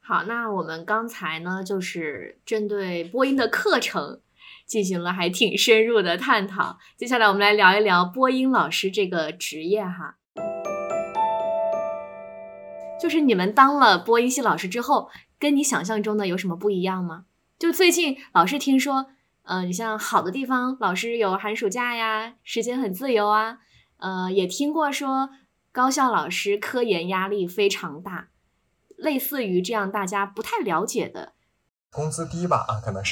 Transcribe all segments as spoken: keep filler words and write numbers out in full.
好，那我们刚才呢，就是针对播音的课程进行了还挺深入的探讨。接下来我们来聊一聊播音老师这个职业哈。就是你们当了播音系老师之后，跟你想象中的有什么不一样吗？就最近老是听说，呃，你像好的地方，老师有寒暑假呀，时间很自由啊，呃，也听过说高校老师科研压力非常大。类似于这样大家不太了解的， 工资低吧，可能是。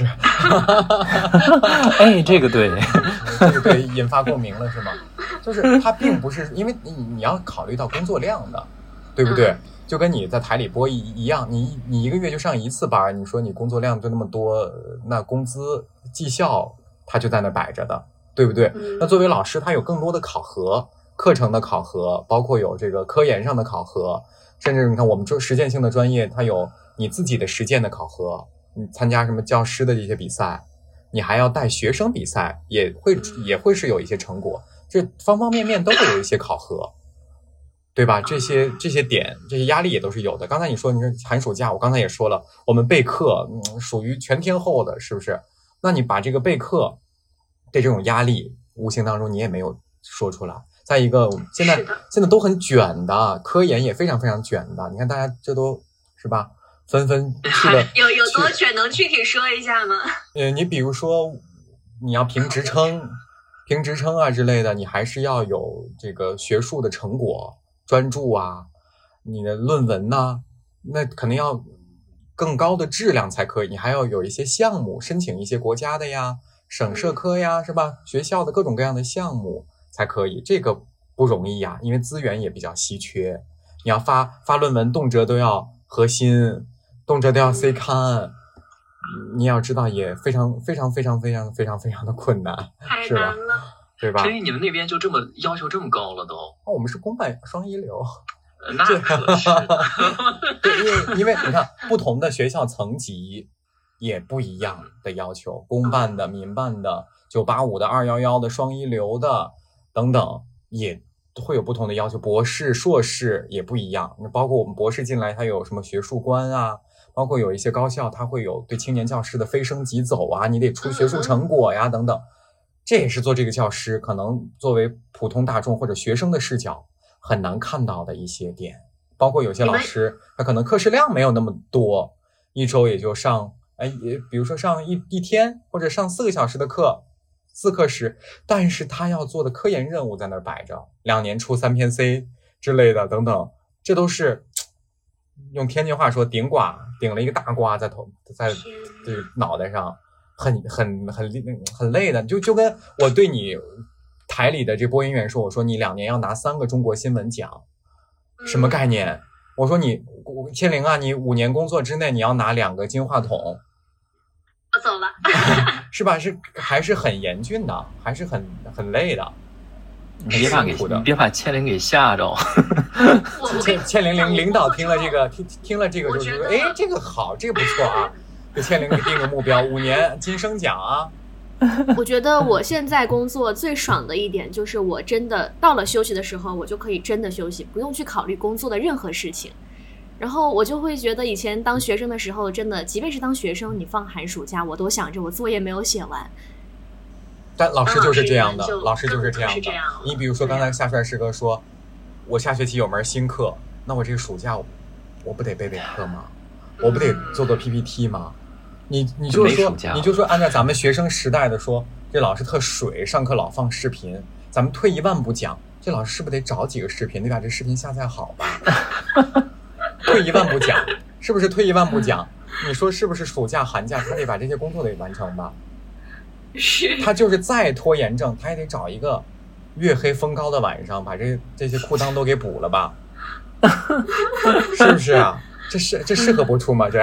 哎，这个对， 这个对，引发共鸣了是吗？就是它并不是，因为你你要考虑到工作量的，对不对？嗯、就跟你在台里播一一样，你你一个月就上一次班，你说你工作量就那么多，那工资绩效它就在那摆着的，对不对？嗯、那作为老师，他有更多的考核，课程的考核，包括有这个科研上的考核。甚至你看我们这实践性的专业，它有你自己的实践的考核，你参加什么教师的这些比赛，你还要带学生比赛，也会也会是有一些成果，这方方面面都会有一些考核，对吧？这些这些点这些压力也都是有的。刚才你说你说寒暑假，我刚才也说了，我们备课、嗯、属于全天候的，是不是？那你把这个备课对这种压力无形当中你也没有说出来。再一个，现在现在都很卷的，科研也非常非常卷的。你看大家这都是吧，纷纷去的有有多卷，能具体说一下吗？ 呃，你比如说你要评职称、评职称啊之类的，你还是要有这个学术的成果、专著啊，你的论文呐、啊，那肯定要更高的质量才可以。你还要有一些项目，申请一些国家的呀、省社科呀，是吧？学校的各种各样的项目。才可以，这个不容易呀，因为资源也比较稀缺。你要发发论文，动辄都要核心，动辄都要 C 刊，你要知道也非常非常非常非常非常非常的困难， 太难了， 对吧？ 所以你们那边就这么要求这么高了都？ 哦，我们是公办双一流， 那可是。 对，因为因为你看，不同的学校层级也不一样的要求，公办的、民办的、九八五的、二一一的、双一流的。等等也会有不同的要求，博士、硕士也不一样。包括我们博士进来，他有什么学术观啊？包括有一些高校，它会有对青年教师的飞升即走啊，你得出学术成果呀，等等。这也是做这个教师可能作为普通大众或者学生的视角很难看到的一些点。包括有些老师，他可能课时量没有那么多，一周也就上，哎，也比如说上一一天或者上四个小时的课。四课时，但是他要做的科研任务在那儿摆着，两年出三篇 C 之类的等等，这都是用天津话说顶瓜，顶了一个大瓜在头在这个脑袋上，很很很很累的。就就跟我对你台里的这播音员说，我说你两年要拿三个中国新闻奖，什么概念？我说你千灵啊，你五年工作之内你要拿两个金话筒。 我走了。 是吧？是还是很严峻的，还是很很累的。 你别把给你别把千灵给吓着。 千千灵领领导听了这个，听听了这个就说：“哎，这个好，这个不错啊，给千灵给定个目标，五年金声奖啊。” 我觉得我现在工作最爽的一点就是，我真的到了休息的时候，我就可以真的休息，不用去考虑工作的任何事情。然后我就会觉得以前当学生的时候，真的即便是当学生，你放寒暑假，我都想着我作业没有写完。 但老师就是这样的，老师就是这样的。你比如说刚才夏帅师哥说，我下学期有门新课，那我这个暑假我不得备备课吗？我不得做做 P P T 吗？你你就说你就说按照咱们学生时代的说，这老师特水，上课老放视频。咱们退一万步讲，这老师是不是得找几个视频，得把这视频下载好吧？退一万步讲，是不是退一万步讲？你说是不是暑假寒假他得把这些工作得完成吧？ 是。 他就是再拖延症，他也得找一个月黑风高的晚上，把这这些裤裆都给补了吧？是不是啊？这是这适合播出吗？这？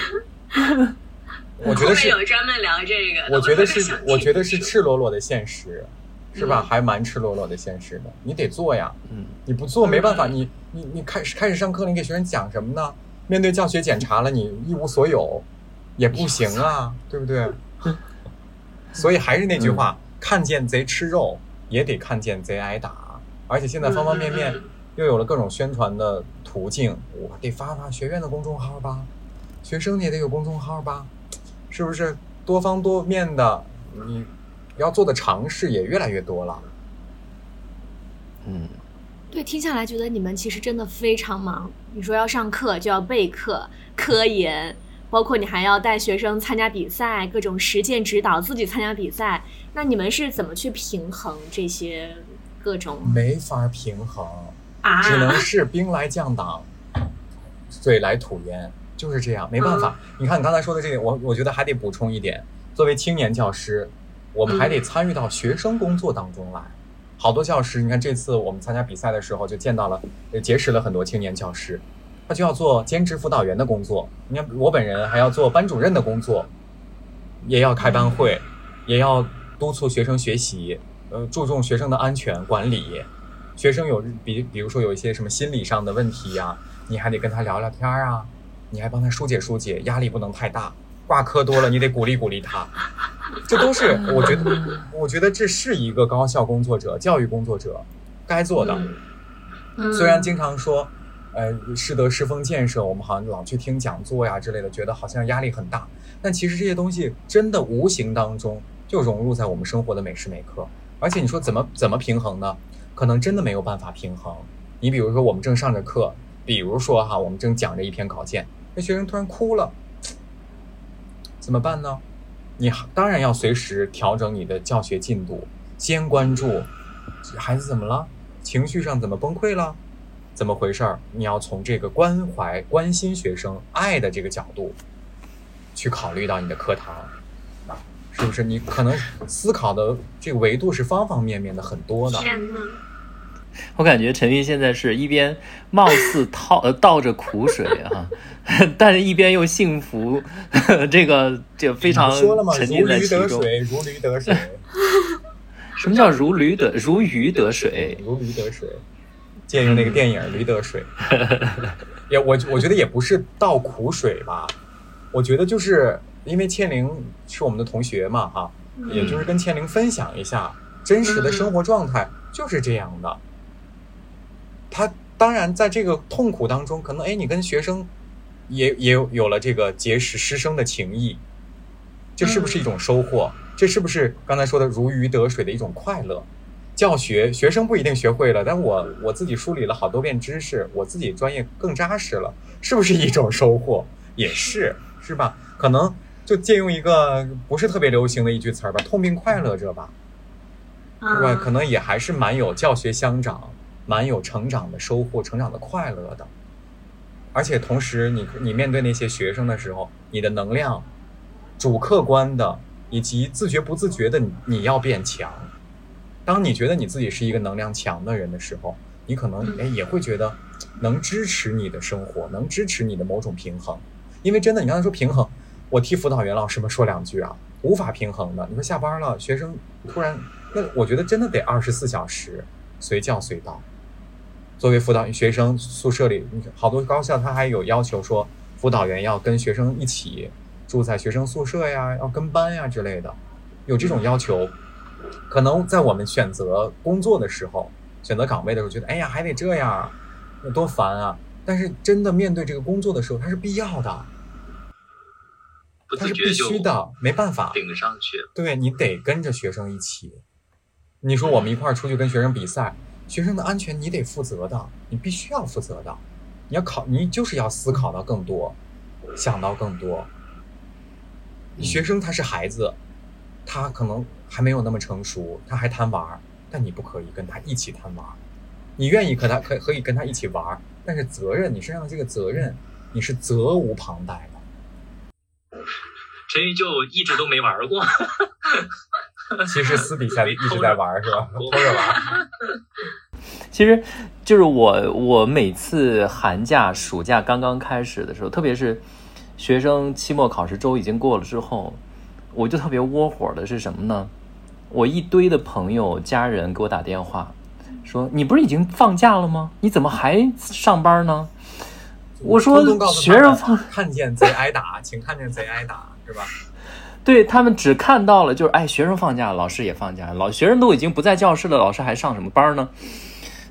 我觉得是。 有专门聊这个。 我觉得是，我觉得是赤裸裸的现实。是吧？还蛮赤裸裸的现实的，你得做呀。嗯，你不做没办法。你你你开始开始上课了，你给学生讲什么呢？面对教学检查了，你一无所有，也不行啊，对不对？所以还是那句话，看见贼吃肉，也得看见贼挨打。而且现在方方面面又有了各种宣传的途径，我得发发学院的公众号吧， 学生你也得有公众号吧，是不是？多方多面的，你要做的尝试也越来越多了。 嗯， 对，听下来觉得你们其实真的非常忙。你说要上课就要备课、科研，包括你还要带学生参加比赛，各种实践指导，自己参加比赛。那你们是怎么去平衡这些各种？ 没法平衡啊， 只能是兵来将挡，水来土掩。就是这样，没办法。嗯、你看你刚才说的这点，我我觉得还得补充一点。作为青年教师，我们还得参与到学生工作当中来。嗯、好多教师，你看这次我们参加比赛的时候，就见到了，结识了很多青年教师，他就要做兼职辅导员的工作。你看我本人还要做班主任的工作，也要开班会，也要督促学生学习，呃，注重学生的安全管理。学生有比比如说有一些什么心理上的问题呀、啊，你还得跟他聊聊天啊。你还帮他疏解疏解，压力不能太大，挂科多了你得鼓励鼓励他，这都是我觉得我觉得这是一个高校工作者、教育工作者该做的。虽然经常说呃师德师风建设，我们好像老去听讲座呀之类的，觉得好像压力很大，但其实这些东西真的无形当中就融入在我们生活的每时每刻。而且你说怎么怎么平衡呢？可能真的没有办法平衡。你比如说我们正上着课，比如说哈我们正讲着一篇稿件，那学生突然哭了，怎么办呢？你当然要随时调整你的教学进度，先关注孩子怎么了，情绪上怎么崩溃了，怎么回事？你要从这个关怀、关心学生、爱的这个角度去考虑到你的课堂，是不是？你可能思考的这个维度是方方面面的很多的。 天哪！ 我感觉陈玉现在是一边貌似套呃倒着苦水啊，但是一边又幸福，呵呵这个就非常沉浸在其中。 如鱼得水，如驴得水。 什么叫如驴得如鱼得水？ 如驴得水，借用那个电影《驴得水》。也我我觉得也不是倒苦水吧，我觉得就是因为倩玲是我们的同学嘛哈，也就是跟倩玲分享一下真实的生活状态就是这样的。他当然在这个痛苦当中，可能哎，你跟学生也也有有了这个结识师生的情谊，这是不是一种收获？这是不是刚才说的如鱼得水的一种快乐？教学学生不一定学会了，但我我自己梳理了好多遍知识，我自己专业更扎实了，是不是一种收获？也是，是吧？可能就借用一个不是特别流行的一句词儿吧，痛并快乐着吧，是吧？可能也还是蛮有教学相长。蛮有成长的收获，成长的快乐的。而且同时你你面对那些学生的时候，你的能量主客观的以及自觉不自觉的 你, 你要变强。当你觉得你自己是一个能量强的人的时候，你可能哎也会觉得能支持你的生活，能支持你的某种平衡。因为真的你刚才说平衡，我替辅导员老师们说两句啊，无法平衡的。你说下班了学生突然，那我觉得真的得二十四小时随叫随到。作为辅导学生宿舍里，好多高校他还有要求说，辅导员要跟学生一起住在学生宿舍呀，要跟班呀之类的，有这种要求。可能在我们选择工作的时候，选择岗位的时候，觉得哎呀还得这样，那多烦啊！但是真的面对这个工作的时候，它是必要的，它是必须的，没办法顶上去。 对，你得跟着学生一起。你说我们一块儿出去跟学生比赛。学生的安全你得负责的，你必须要负责的，你要考，你就是要思考到更多，想到更多。学生他是孩子，他可能还没有那么成熟，他还贪玩，但你不可以跟他一起贪玩。你愿意和他可可以跟他一起玩，但是责任，你身上的这个责任，你是责无旁贷的。 陈玉就一直都没玩过。 其实私底下一直在玩是吧？偷着玩。 其实就是我我每次寒假暑假刚刚开始的时候，特别是学生期末考试周已经过了之后，我就特别窝火的是什么呢？我一堆的朋友家人给我打电话说，你不是已经放假了吗？你怎么还上班呢？我说学生放看见贼挨打，请看见贼挨打，是吧？ 对，他们只看到了就是哎，学生放假，老师也放假，老学生都已经不在教室了，老师还上什么班呢？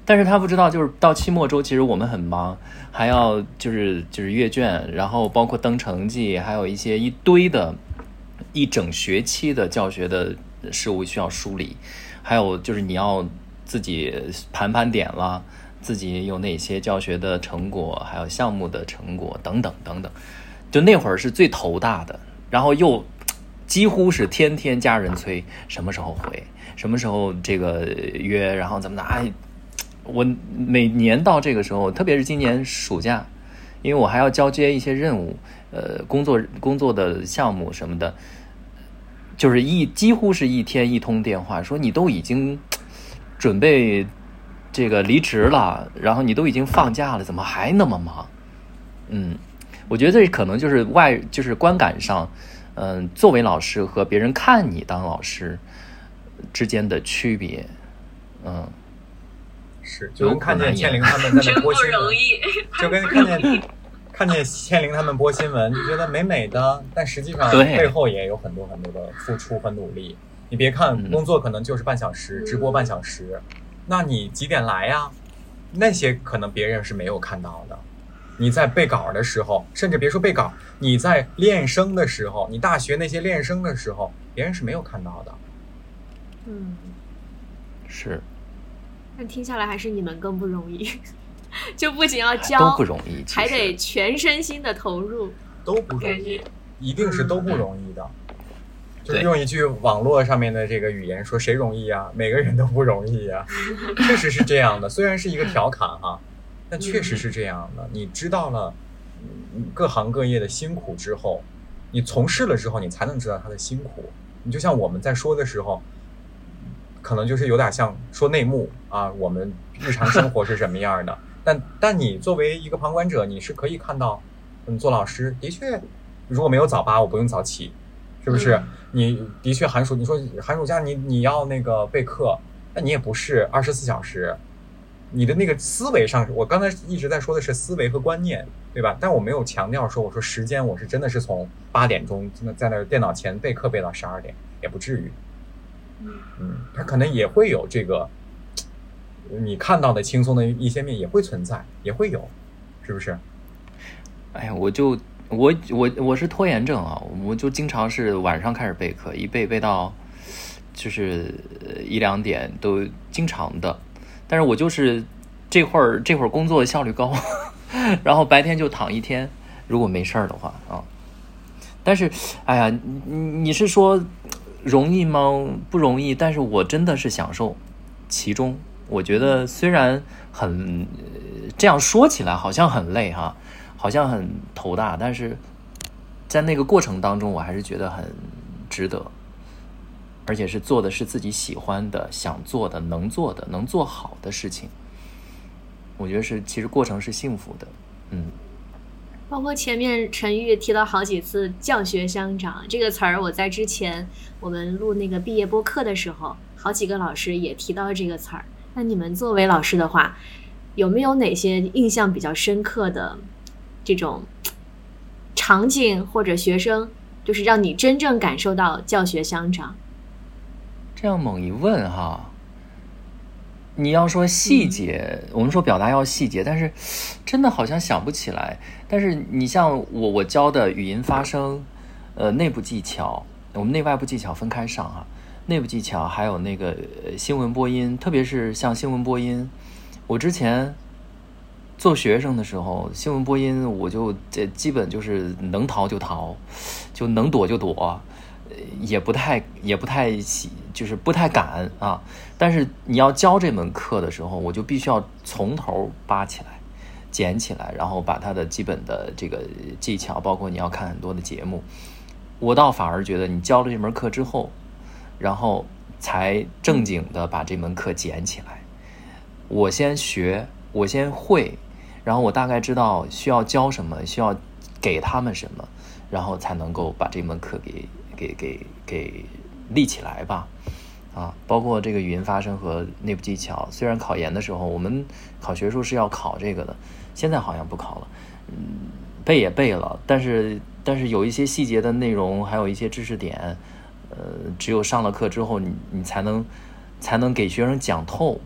但是他不知道，就是到期末周，其实我们很忙，还要就是就是阅卷，然后包括登成绩，还有一些一堆的一整学期的教学的事务需要梳理，还有就是你要自己盘盘点了，自己有哪些教学的成果，还有项目的成果等等等等，就那会儿是最头大的，然后又几乎是天天家人催什么时候回，什么时候这个约，然后怎么的，哎。我每年到这个时候，特别是今年暑假，因为我还要交接一些任务，呃，工作工作的项目什么的，就是一几乎是一天一通电话，说你都已经准备这个离职了，然后你都已经放假了，怎么还那么忙？嗯，我觉得这可能就是外就是观感上，嗯、呃，作为老师和别人看你当老师之间的区别，嗯。 是，就跟看见倩玲他们在那播新闻，就跟看见看见倩玲他们播新闻，就觉得美美的，但实际上背后也有很多很多的付出和努力。你别看工作可能就是半小时，嗯、直播半小时，那你几点来呀？那些可能别人是没有看到的。你在背稿的时候，甚至别说背稿，你在练声的时候，你大学那些练声的时候，别人是没有看到的。 嗯， 是。 但听下来还是你们更不容易，就不仅要教， 都不容易， 还得全身心的投入， 都不容易，一定是都不容易的。就是用一句网络上面的这个语言说，谁容易啊？每个人都不容易啊，确实是这样的。虽然是一个调侃哈、啊，但确实是这样的。你知道了各行各业的辛苦之后，你从事了之后，你才能知道它的辛苦。你就像我们在说的时候。可能就是有点像说内幕啊，我们日常生活是什么样的。但但你作为一个旁观者，你是可以看到，嗯，做老师的确，如果没有早八，我不用早起，是不是？嗯、你的确寒暑，你说寒暑假你你要那个备课，那你也不是二十四小时，你的那个思维上，我刚才一直在说的是思维和观念，对吧？但我没有强调说，我说时间我是真的是从八点钟在那电脑前备课备到十二点，也不至于。嗯，他可能也会有这个，你看到的轻松的一些面也会存在，也会有，是不是？ 哎呀，我就我我我是拖延症啊，我就经常是晚上开始备课，一备备到就是一两点都经常的，但是我就是这会儿这会儿工作效率高，然后白天就躺一天，如果没事儿的话啊。但是，哎呀，你你是说？容易吗？不容易，但是我真的是享受其中。我觉得虽然很这样说起来好像很累哈，好像很头大，但是在那个过程当中，我还是觉得很值得，而且是做的是自己喜欢的、想做的、能做的、能做好的事情。我觉得是，其实过程是幸福的，嗯。 包括前面陈玉提到好几次教学相长这个词儿，我在之前我们录那个毕业播客的时候，好几个老师也提到这个词儿。那你们作为老师的话，有没有哪些印象比较深刻的这种场景或者学生，就是让你真正感受到教学相长？ 这样猛一问哈，你要说细节、嗯、我们说表达要细节，但是真的好像想不起来。但是你像我我教的语音发声，呃，内部技巧，我们内外部技巧分开上哈。内部技巧还有那个新闻播音，特别是像新闻播音，我之前做学生的时候，新闻播音我就这基本就是能逃就逃，就能躲就躲，也不太也不太就是不太敢啊。但是你要教这门课的时候，我就必须要从头扒起来捡起来，然后把它的基本的这个技巧，包括你要看很多的节目，我倒反而觉得你教了这门课之后，然后才正经的把这门课捡起来。我先学，我先会，然后我大概知道需要教什么，需要给他们什么，然后才能够把这门课给给给给立起来吧。啊，包括这个语音发声和内部技巧，虽然考研的时候我们考学术是要考这个的，现在好像不考了，嗯，背也背了，但是但是有一些细节的内容，还有一些知识点，呃，只有上了课之后你，你你才能才能给学生讲透。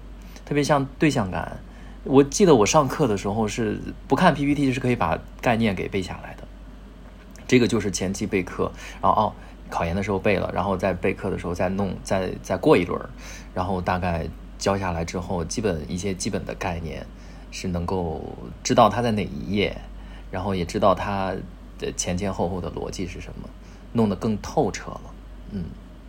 特别像对象感。我记得我上课的时候是不看 P P T 是可以把概念给背下来的，这个就是前期备课，然后哦考研的时候背了，然后在备课的时候再弄，再再过一轮，然后大概教下来之后，基本一些基本的概念是能够知道它在哪一页，然后也知道它的前前后后的逻辑是什么，弄得更透彻了。嗯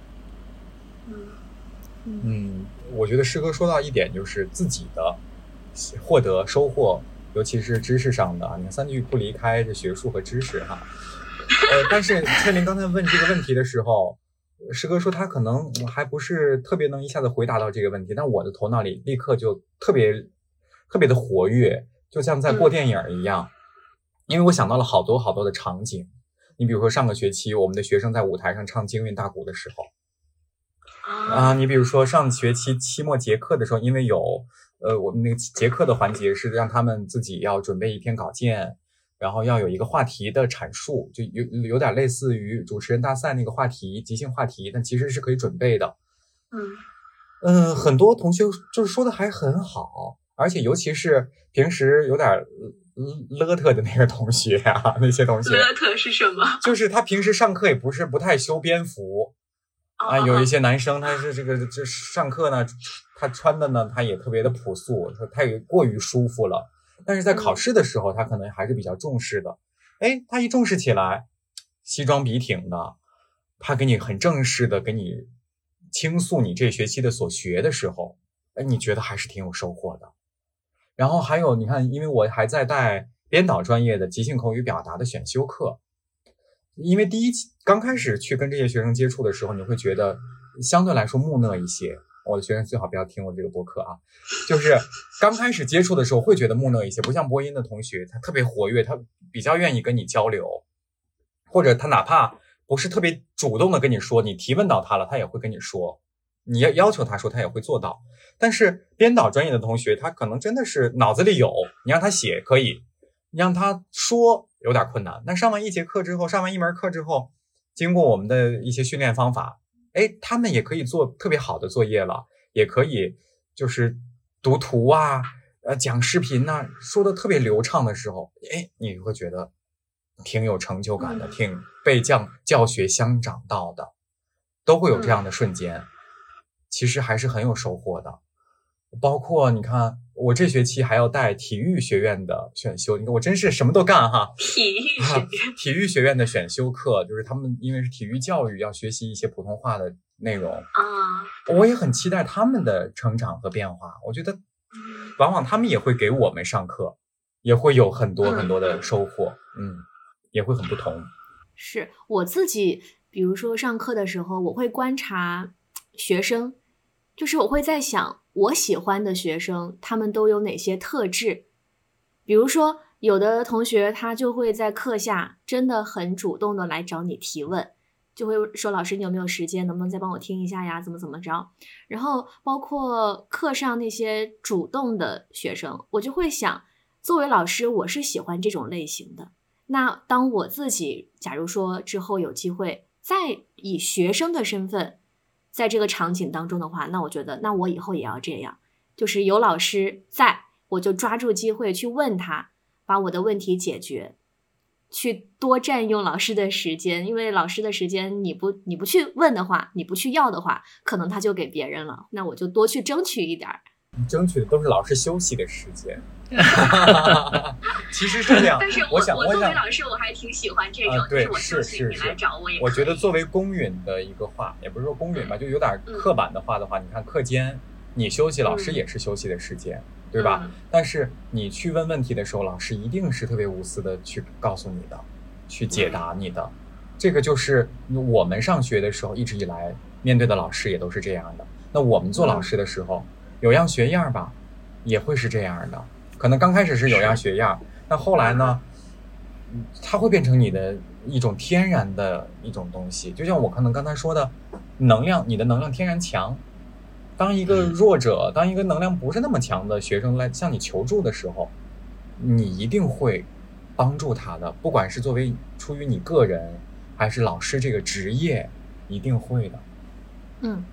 嗯，我觉得师哥说到一点，就是自己的获得收获，尤其是知识上的，你看三句不离开这学术和知识哈。呃，但是千灵刚才问这个问题的时候，师哥说他可能还不是特别能一下子回答到这个问题，但我的头脑里立刻就特别特别的活跃，就像在播电影一样，因为我想到了好多好多的场景。你比如说上个学期我们的学生在舞台上唱京韵大鼓的时候啊，你比如说上学期期末结课的时候，因为有呃我们那个结课的环节是让他们自己要准备一篇稿件，然后要有一个话题的阐述，就有有点类似于主持人大赛那个话题，即兴话题，但其实是可以准备的。 嗯嗯，很多同学就是说的还很好，而且尤其是平时有点勒特的那个同学啊，那些同学勒特是什么？ 就是他平时上课也不是不太修边幅啊，有一些男生他是这个这上课呢，他穿的呢他也特别的朴素，他他也过于舒服了。但是在考试的时候，他可能还是比较重视的。哎，他一重视起来，西装笔挺的，他给你很正式的给你倾诉你这学期的所学的时候，哎，你觉得还是挺有收获的。然后还有你看，因为我还在带编导专业的即兴口语表达的选修课，因为第一期刚开始去跟这些学生接触的时候，你会觉得相对来说木讷一些。我的学生最好不要听我这个播客啊，就是刚开始接触的时候会觉得木讷一些，不像播音的同学他特别活跃，他比较愿意跟你交流，或者他哪怕不是特别主动的跟你说，你提问到他了他也会跟你说，你要要求他说他也会做到。但是编导专业的同学他可能真的是脑子里有，你让他写可以，你让他说有点困难。但上完一节课之后，上完一门课之后，经过我们的一些训练方法，哎，他们也可以做特别好的作业了，也可以就是读图啊，呃，讲视频呐、啊，说的特别流畅的时候，哎，你会觉得挺有成就感的，挺被教教学相长到的，都会有这样的瞬间，其实还是很有收获的。包括你看，我这学期还要带体育学院的选修，你看我真是什么都干哈。 体育学院、啊， 体育学院的选修课，就是他们因为是体育教育，要学习一些普通话的内容啊。 我也很期待他们的成长和变化。我觉得，往往他们也会给我们上课，也会有很多很多的收获，嗯，也会很不同。 是我自己，比如说上课的时候，我会观察学生，就是我会在想，我喜欢的学生他们都有哪些特质。比如说有的同学他就会在课下真的很主动的来找你提问，就会说老师你有没有时间，能不能再帮我听一下呀，怎么怎么着。然后包括课上那些主动的学生，我就会想，作为老师我是喜欢这种类型的，那当我自己假如说之后有机会再以学生的身份在这个场景当中的话，那我觉得那我以后也要这样，就是有老师在，我就抓住机会去问他，把我的问题解决，去多占用老师的时间。因为老师的时间你不你不去问的话，你不去要的话，可能他就给别人了，那我就多去争取一点。 争取的都是老师休息的时间其实是这样， 但是我我想我作为老师我还挺喜欢这种、 呃、对， 就是我休息你来找我也可以。 我觉得作为公允的一个话，也不是说公允吧，就有点刻板的话的话、嗯、你看课间你休息，老师也是休息的时间、嗯、对吧、嗯、但是你去问问题的时候，老师一定是特别无私的去告诉你的，去解答你的、嗯、这个就是我们上学的时候一直以来面对的老师也都是这样的。那我们做老师的时候、嗯、有样学样吧，也会是这样的。可能刚开始是有样学样，那后来呢，它会变成你的一种天然的一种东西。就像我可能刚才说的，能量，你的能量天然强。当一个弱者，当一个能量不是那么强的学生来向你求助的时候，你一定会帮助他的，不管是作为出于你个人，还是老师这个职业，一定会的。 嗯。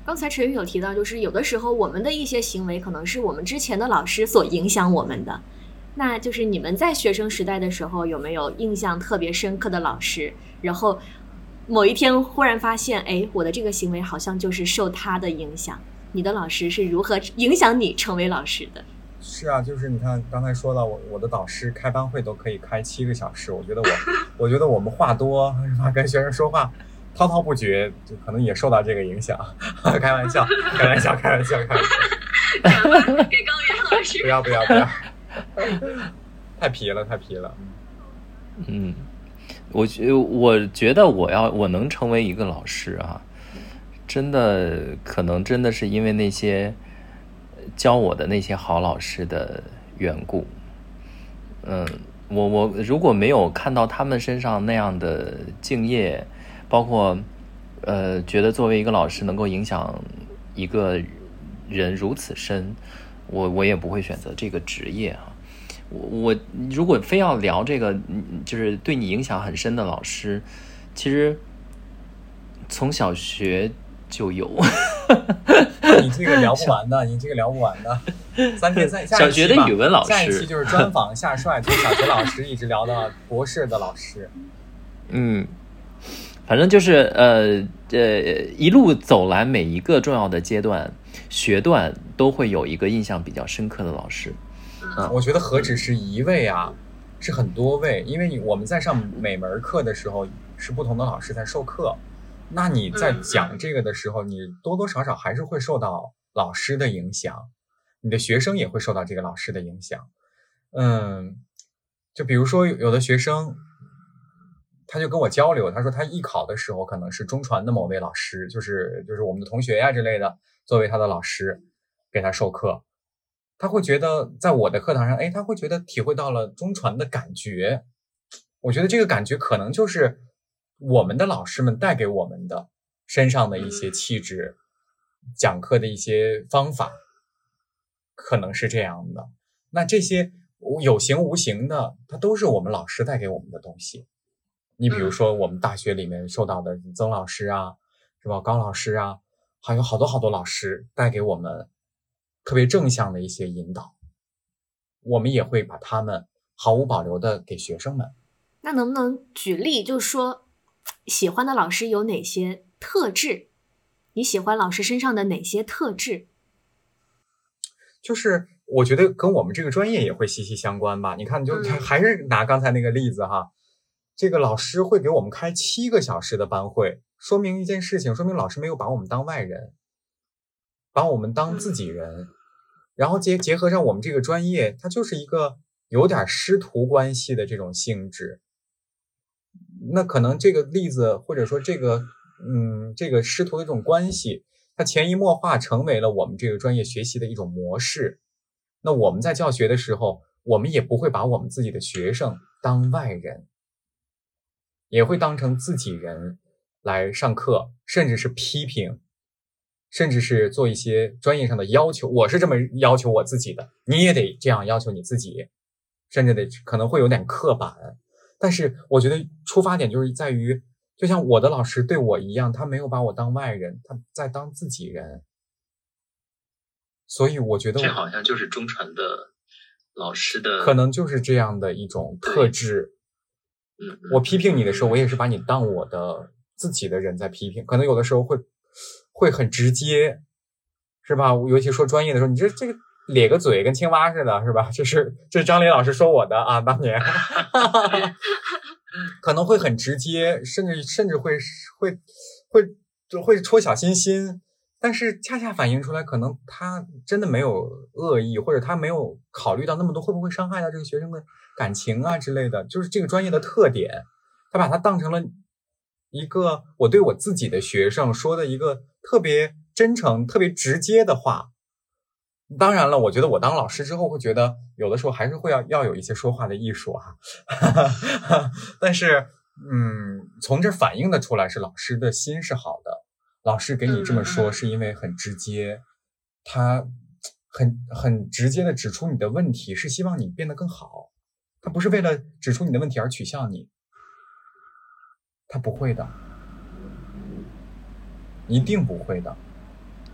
刚才陈宇有提到，就是有的时候我们的一些行为可能是我们之前的老师所影响我们的。那就是你们在学生时代的时候，有没有印象特别深刻的老师？然后某一天忽然发现，哎，我的这个行为好像就是受他的影响。你的老师是如何影响你成为老师的？ 是啊，就是你看刚才说到我我的导师开班会都可以开七个小时，我觉得我我觉得我们话多是吧，跟学生说话滔滔不绝，就可能也受到这个影响。开玩笑，开玩笑，开玩笑，开玩笑。 给高原老师。 不要不要不要，太皮了，太皮了。 嗯，我觉我觉得我要我能成为一个老师啊，真的可能真的是因为那些教我的那些好老师的缘故。嗯，我我如果没有看到他们身上那样的敬业，包括呃觉得作为一个老师能够影响一个人如此深，我我也不会选择这个职业啊。我我如果非要聊这个，就是对你影响很深的老师，其实从小学就有。 你这个聊不完的，你这个聊不完的。三天三小学的语文老师， 下一期就是专访夏帅，从小学老师一直聊到博士的老师。 嗯，反正就是呃呃，一路走来，每一个重要的阶段学段都会有一个印象比较深刻的老师。 嗯，我觉得何止是一位啊，是很多位，因为你我们在上每门课的时候是不同的老师在授课，那你在讲这个的时候，你多多少少还是会受到老师的影响，你的学生也会受到这个老师的影响。嗯，就比如说有的学生他就跟我交流，他说他艺考的时候可能是中传的某位老师，就是就是我们的同学呀之类的，作为他的老师给他授课，他会觉得在我的课堂上，哎，他会觉得体会到了中传的感觉。我觉得这个感觉可能就是我们的老师们带给我们的身上的一些气质，讲课的一些方法，可能是这样的。那这些有形无形的，它都是我们老师带给我们的东西。你比如说我们大学里面受到的曾老师啊，是吧？高老师啊，还有好多好多老师带给我们特别正向的一些引导，我们也会把他们毫无保留的给学生们。 那能不能举例，就是说喜欢的老师有哪些特质？你喜欢老师身上的哪些特质？ 就是我觉得跟我们这个专业也会息息相关吧。你看，就还是拿刚才那个例子哈，这个老师会给我们开七个小时的班会，说明一件事情，说明老师没有把我们当外人，把我们当自己人。然后结结合上我们这个专业，它就是一个有点师徒关系的这种性质。那可能这个例子或者说这个嗯这个师徒的这种关系，它潜移默化成为了我们这个专业学习的一种模式。那我们在教学的时候，我们也不会把我们自己的学生当外人，也会当成自己人来上课，甚至是批评，甚至是做一些专业上的要求。我是这么要求我自己的，你也得这样要求你自己，甚至得可能会有点刻板。但是我觉得出发点就是在于，就像我的老师对我一样，他没有把我当外人，他在当自己人。所以我觉得这好像就是中传的老师的， 可能就是这样的一种特质。 嗯， 我批评你的时候，我也是把你当我的自己的人在批评，可能有的时候会会很直接，是吧？尤其说专业的时候，你这这个咧个嘴跟青蛙似的，是吧？这是这是张林老师说我的啊，当年可能会很直接，甚至甚至会会会就会戳小心心，但是恰恰反映出来，可能他真的没有恶意，或者他没有考虑到那么多会不会伤害到这个学生的感情啊之类的，就是这个专业的特点，他把它当成了一个我对我自己的学生说的一个特别真诚、特别直接的话。当然了，我觉得我当老师之后会觉得有的时候还是会要要有一些说话的艺术啊，但是嗯，从这反映的出来是老师的心是好的，老师给你这么说是因为很直接，他很很直接的指出你的问题，是希望你变得更好，他不是为了指出你的问题而取笑你，他不会的，一定不会的。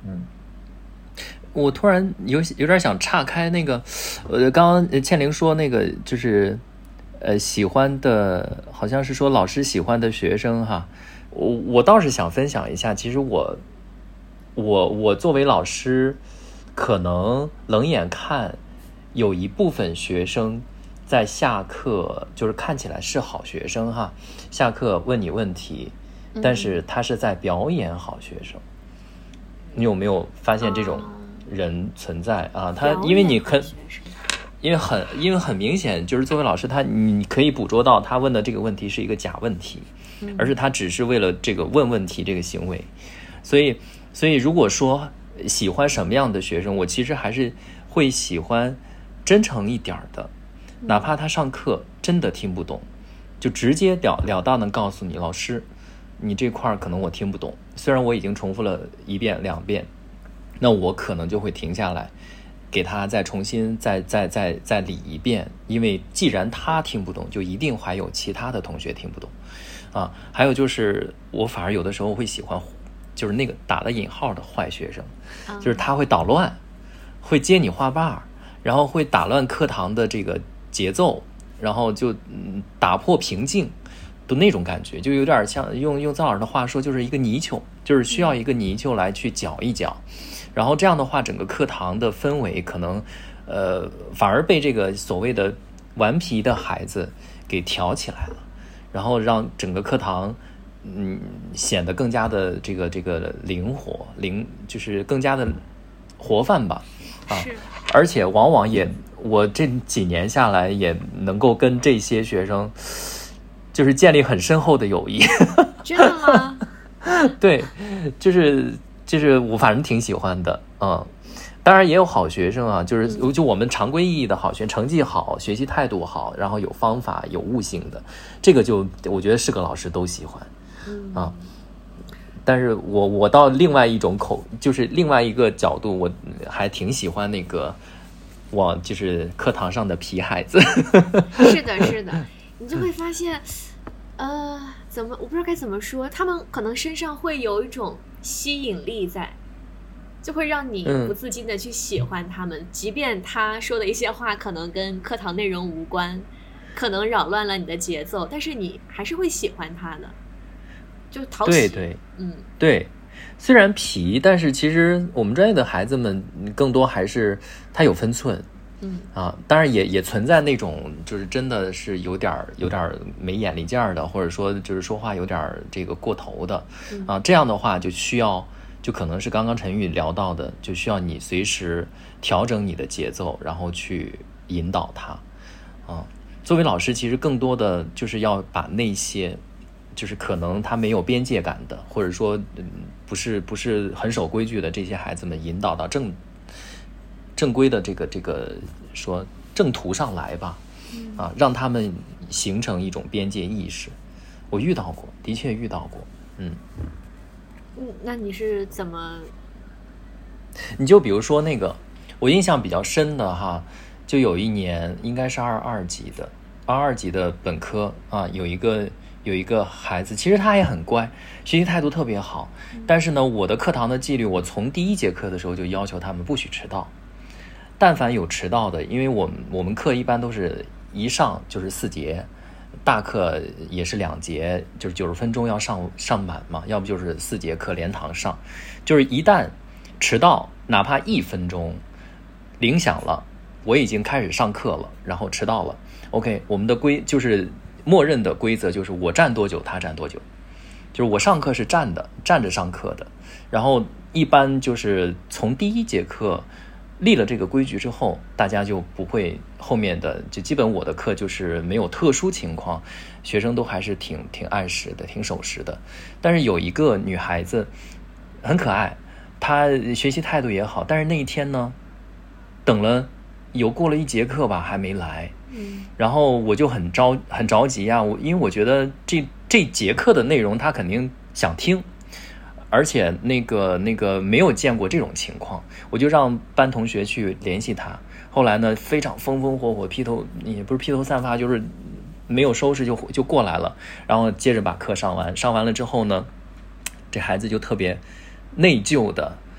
嗯， 我突然有有点想岔开那个，呃，刚刚倩玲说那个就是，呃，喜欢的好像是说老师喜欢的学生哈，我我倒是想分享一下，其实我我我作为老师，可能冷眼看有一部分学生在下课就是看起来是好学生哈，下课问你问题，但是他是在表演好学生。你有没有发现这种人存在啊？他因为你很，因为很因为很明显，就是作为老师，他你可以捕捉到他问的这个问题是一个假问题，而是他只是为了这个问问题这个行为。所以，所以如果说喜欢什么样的学生，我其实还是会喜欢真诚一点的，哪怕他上课真的听不懂，就直截了了当的告诉你，老师，你这块可能我听不懂，虽然我已经重复了一遍两遍，那我可能就会停下来，给他再重新再再再再理一遍，因为既然他听不懂，就一定还有其他的同学听不懂啊。还有就是我反而有的时候会喜欢，就是那个打了引号的坏学生，就是他会捣乱，会接你话把，然后会打乱课堂的这个节奏，然后就嗯打破平静的那种感觉，就有点像用用赵老师的话说，就是一个泥鳅，就是需要一个泥鳅来去搅一搅，然后这样的话，整个课堂的氛围可能，呃，反而被这个所谓的顽皮的孩子给挑起来了，然后让整个课堂，嗯，显得更加的这个这个灵活，灵就是更加的活泛吧，啊，而且往往也，我这几年下来也能够跟这些学生。就是建立很深厚的友谊。 真的吗？ 对，就是就是我反正挺喜欢的，嗯，当然也有好学生啊，就是就我们常规意义的好学生，成绩好，学习态度好，然后有方法有悟性的，这个就我觉得是个老师都喜欢，啊，但是我我到另外一种口，就是另外一个角度，我还挺喜欢那个我就是课堂上的皮孩子。 是的，是的。你就会发现，呃，怎么我不知道该怎么说，他们可能身上会有一种吸引力在，就会让你不自禁的去喜欢他们，嗯、即便他说的一些话可能跟课堂内容无关，可能扰乱了你的节奏，但是你还是会喜欢他的，就讨喜。 对对， 嗯， 对。虽然皮，但是其实我们专业的孩子们更多还是他有分寸。 嗯啊，当然也也存在那种就是真的是有点有点没眼力见儿的，或者说就是说话有点这个过头的啊，这样的话就需要就可能是刚刚陈宇聊到的，就需要你随时调整你的节奏，然后去引导他啊。作为老师，其实更多的就是要把那些就是可能他没有边界感的，或者说不是不是很守规矩的这些孩子们引导到正。正规的这个这个说正途上来吧，啊，让他们形成一种边界意识。我遇到过，的确遇到过，嗯。 嗯，那你是怎么？ 你就比如说那个，我印象比较深的哈，就有一年应该是二二级的，二二级的本科啊，有一个有一个孩子，其实他也很乖，学习态度特别好，但是呢，我的课堂的纪律，我从第一节课的时候就要求他们不许迟到。但凡有迟到的，因为我们我们课一般都是一上就是四节，大课也是两节，就是九十分钟要上上满嘛，要不就是四节课连堂上，就是一旦迟到，哪怕一分钟，铃响了，我已经开始上课了，然后迟到了 ，OK， 我们的规就是默认的规则就是我站多久他站多久，就是我上课是站的，站着上课的，然后一般就是从第一节课。立了这个规矩之后，大家就不会后面的就基本我的课就是没有特殊情况，学生都还是挺挺按时的，挺守时的。但是有一个女孩子很可爱，她学习态度也好，但是那一天呢，等了有过了一节课吧，还没来。嗯，然后我就很着很着急啊，我因为我觉得这这节课的内容她肯定想听。而且那个那个没有见过这种情况，我就让班同学去联系他。后来呢，非常风风火火，披头也不是披头散发，就是没有收拾就就过来了。然后接着把课上完，上完了之后呢，这孩子就特别内疚的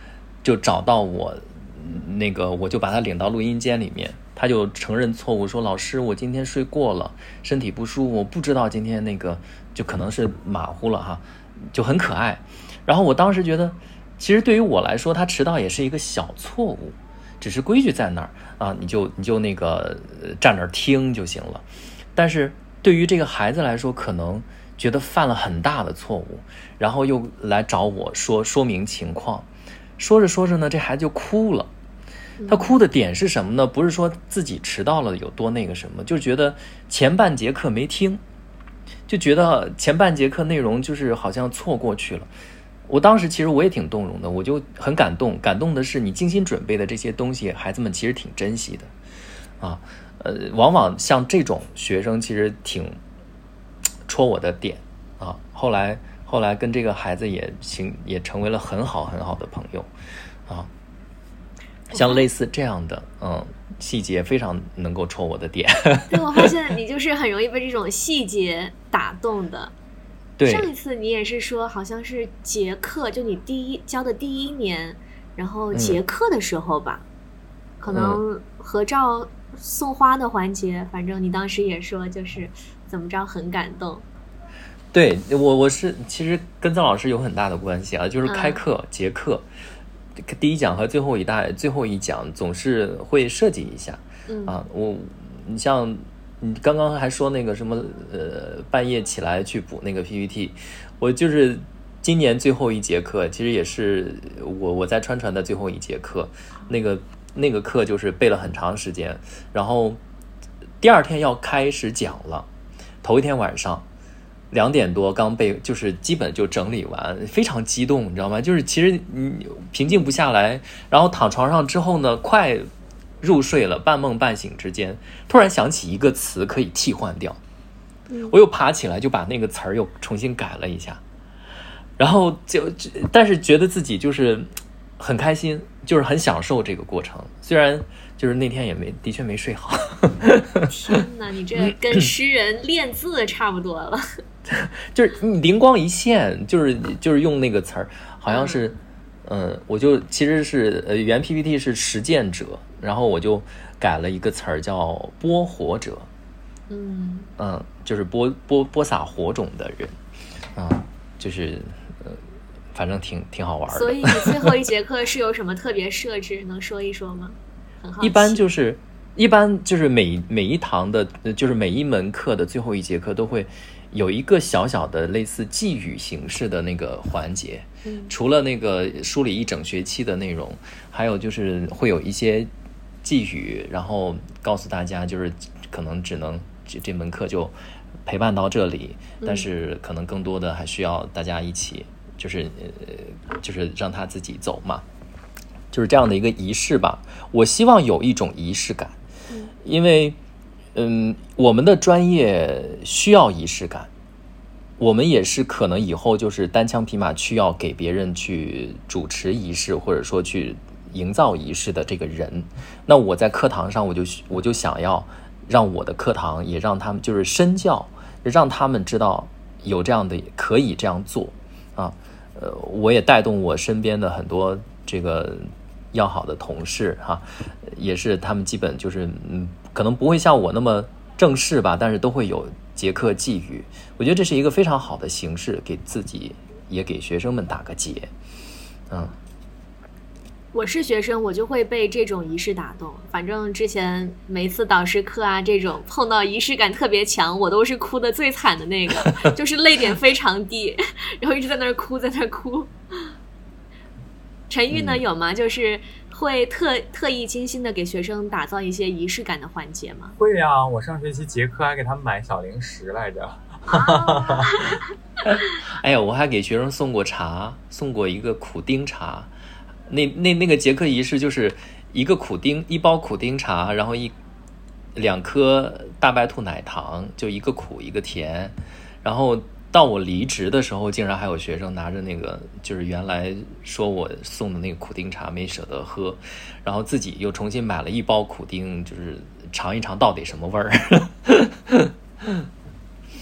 就找到我，那个我就把他领到录音间里面，他就承认错误，说老师我今天睡过了，身体不舒服，我不知道今天那个就可能是马虎了哈，就很可爱。然后我当时觉得其实对于我来说他迟到也是一个小错误，只是规矩在那儿啊，你就你就那个站那儿听就行了。但是对于这个孩子来说，可能觉得犯了很大的错误，然后又来找我说说明情况，说着说着呢，这孩子就哭了。他哭的点是什么呢？不是说自己迟到了有多那个什么，就觉得前半节课没听，就觉得前半节课内容就是好像错过去了。我当时其实我也挺动容的，我就很感动，感动的是你精心准备的这些东西，孩子们其实挺珍惜的啊。呃，往往像这种学生其实挺戳我的点啊。后来后来跟这个孩子也行也成为了很好很好的朋友啊。像类似这样的嗯细节非常能够戳我的点。 对，我发现你就是很容易被这种细节打动的。 对， 上一次你也是说好像是结课，就你第一教的第一年，然后结课的时候吧、嗯、可能合照送花的环节、嗯、反正你当时也说就是怎么着很感动。 对，我我是其实跟曾老师有很大的关系啊，就是开课、嗯、结课第一讲和最后一大最后一讲总是会设计一下、嗯、啊，我你像你刚刚还说那个什么呃半夜起来去补那个 P P T， 我就是今年最后一节课，其实也是我我在川传的最后一节课，那个那个课就是背了很长时间，然后第二天要开始讲了，头一天晚上两点多刚背，就是基本就整理完，非常激动，你知道吗？就是其实你平静不下来，然后躺床上之后呢，快入睡了，半梦半醒之间，突然想起一个词可以替换掉，我又爬起来就把那个词儿又重新改了一下，然后就但是觉得自己就是很开心，就是很享受这个过程，虽然就是那天也没的确没睡好。 天哪，你这跟诗人练字差不多了。 就是你灵光一现，就是就是用那个词儿，好像是嗯、呃，我就其实是呃原 P P T 是实践者，然后我就改了一个词儿叫播火者。嗯嗯，就是播播播撒火种的人啊、嗯，就是呃反正挺挺好玩的。 所以你最后一节课是有什么特别设置能说一说吗？很好奇。 一般就是一般就是每每一堂的就是每一门课的最后一节课都会有一个小小的类似寄语形式的那个环节、嗯、除了那个梳理一整学期的内容，还有就是会有一些寄语，然后告诉大家就是可能只能这这门课就陪伴到这里、嗯、但是可能更多的还需要大家一起就是呃就是让他自己走嘛，就是这样的一个仪式吧。我希望有一种仪式感，因为嗯，我们的专业需要仪式感，我们也是可能以后就是单枪匹马需要给别人去主持仪式，或者说去营造仪式的这个人。那我在课堂上我就我就想要让我的课堂也让他们就是身教，让他们知道有这样的可以这样做啊。呃，我也带动我身边的很多这个要好的同事哈、啊，也是他们基本就是嗯，可能不会像我那么正式吧，但是都会有节课寄语。我觉得这是一个非常好的形式，给自己也给学生们打个结。嗯， 我是学生，我就会被这种仪式打动。反正之前每一次导师课啊，这种碰到仪式感特别强，我都是哭的最惨的那个，就是泪点非常低，然后一直在那儿哭，在那儿哭。陈玉呢、嗯、有吗？就是会特特意精心的给学生打造一些仪式感的环节吗？ 会啊，我上学期结课还给他们买小零食来着。 啊、 哎呀，我还给学生送过茶，送过一个苦丁茶。那那那个结课仪式就是一个苦丁，一包苦丁茶，然后一两颗大白兔奶糖，就一个苦一个甜，然后。到我离职的时候，竟然还有学生拿着那个，就是原来说我送的那个苦丁茶没舍得喝，然后自己又重新买了一包苦丁，就是尝一尝到底什么味儿。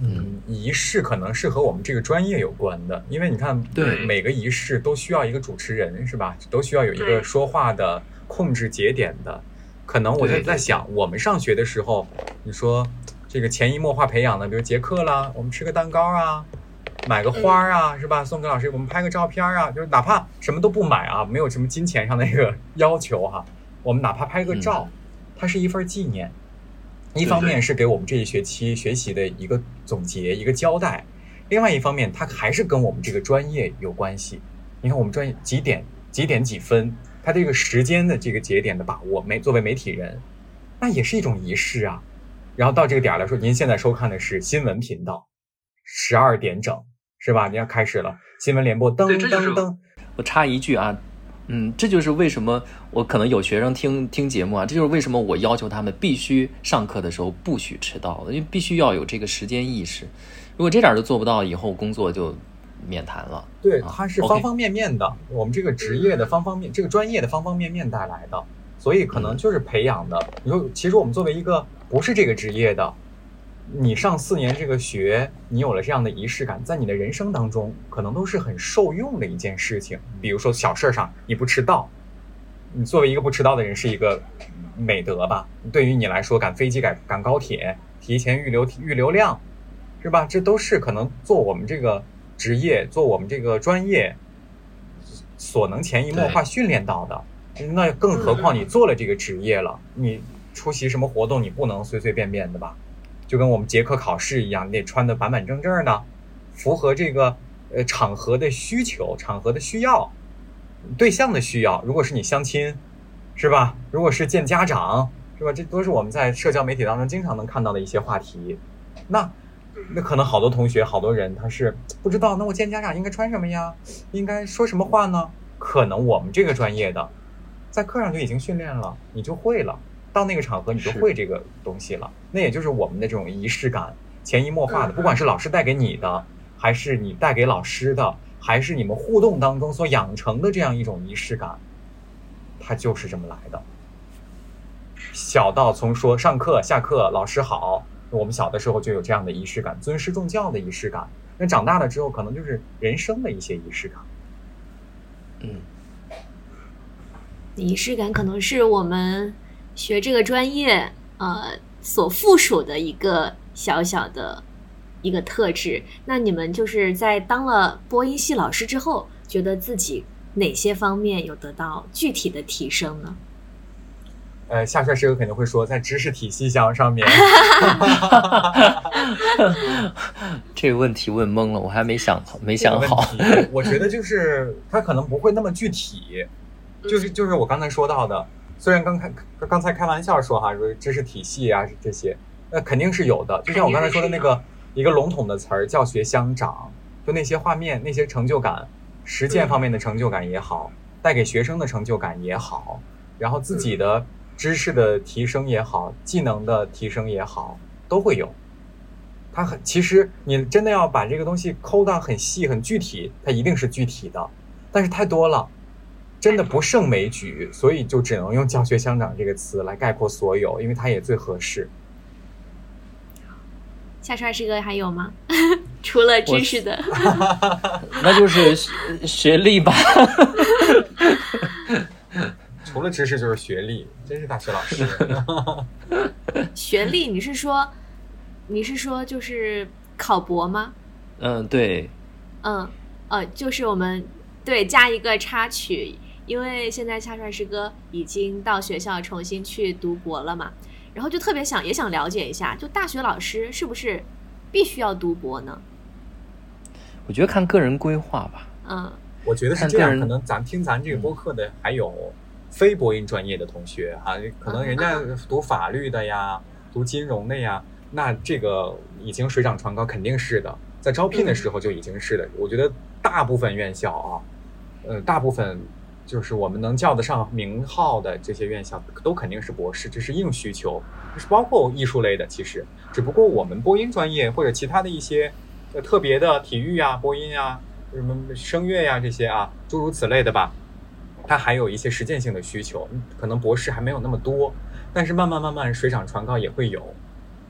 嗯，仪式可能是和我们这个专业有关的，因为你看， 对每个仪式都需要一个主持人，是吧？都需要有一个说话的、控制节点的。可能我就在想，我们上学的时候，你说这个潜移默化培养的，比如结课啦，我们吃个蛋糕啊，买个花啊，是吧？送给老师，我们拍个照片啊，就是哪怕什么都不买啊，没有什么金钱上的一个要求哈、啊，我们哪怕拍个照，它是一份纪念。一方面是给我们这一学期学习的一个总结、一个交代，另外一方面它还是跟我们这个专业有关系。你看我们专业几点几点几分，它这个时间的这个节点的把握，媒作为媒体人，那也是一种仪式啊。然后到这个点来说，您现在收看的是新闻频道，十二点整，是吧？你要开始了，新闻联播，噔噔噔。 我插一句啊。嗯，这就是为什么我可能有学生听听节目啊，这就是为什么我要求他们必须上课的时候不许迟到，因为必须要有这个时间意识。如果这点都做不到，以后工作就免谈了。 对，它是方方面面的，啊 okay、我们这个职业的方方面，这个专业的方方面面带来的，所以可能就是培养的。你说，其实我们作为一个不是这个职业的，你上四年这个学，你有了这样的仪式感，在你的人生当中可能都是很受用的一件事情。比如说小事上你不迟到，你作为一个不迟到的人是一个美德吧，对于你来说赶飞机赶赶高铁提前预留预留量，是吧？这都是可能做我们这个职业做我们这个专业所能潜移默化训练到的。那更何况你做了这个职业了，你出席什么活动你不能随随便便的吧，就跟我们结课考试一样，你得穿得板板正正的，符合这个呃场合的需求、场合的需要、对象的需要。如果是你相亲，是吧？如果是见家长，是吧？这都是我们在社交媒体当中经常能看到的一些话题。那那可能好多同学、好多人他是不知道，那我见家长应该穿什么呀？应该说什么话呢？可能我们这个专业的在课上就已经训练了，你就会了。到那个场合你就会这个东西了，那也就是我们的这种仪式感，潜移默化的，不管是老师带给你的，还是你带给老师的，还是你们互动当中所养成的这样一种仪式感，它就是这么来的。小到从说上课下课老师好，我们小的时候就有这样的仪式感，尊师重教的仪式感。那长大了之后可能就是人生的一些仪式感。 嗯， 仪式感可能是我们学这个专业呃所附属的一个小小的一个特质。那你们就是在当了播音系老师之后，觉得自己哪些方面有得到具体的提升呢？ 呃，夏帅师哥肯定会说在知识体系上上面。 这个问题问懵了，我还没想没想好。 我觉得就是他可能不会那么具体，就是就是我刚才说到的。虽然刚开刚才开玩笑说哈，说知识体系啊这些，那肯定是有的。就像我刚才说的那个一个笼统的词儿，教学相长，就那些画面、那些成就感，实践方面的成就感也好，带给学生的成就感也好，然后自己的知识的提升也好，技能的提升也好，都会有。它很其实你真的要把这个东西抠到很细、很具体，它一定是具体的，但是太多了。真的不胜枚举，所以就只能用教学相长这个词来概括所有，因为它也最合适。 夏帅师哥还有吗？除了知识的， 那就是学历吧。 除了知识就是学历，真是大学老师。 学历，你是说，你是说就是考博吗？ 嗯，对。 嗯，呃，就是我们对加一个插曲。因为现在夏帅师哥已经到学校重新去读博了嘛，然后就特别想也想了解一下，就大学老师是不是必须要读博呢？ 我觉得看个人规划吧。 嗯， 我觉得是这样。可能咱听咱这个播客的还有非播音专业的同学啊，可能人家读法律的呀，读金融的呀，那这个已经水涨船高，肯定是的，在招聘的时候就已经是的。我觉得大部分院校啊，呃，大部分。就是我们能叫得上名号的这些院校都肯定是博士，这是硬需求，就是包括艺术类的。其实只不过我们播音专业或者其他的一些呃特别的体育啊、播音啊、什么声乐呀、啊、这些啊诸如此类的吧，它还有一些实践性的需求，可能博士还没有那么多，但是慢慢慢慢水涨船高也会有。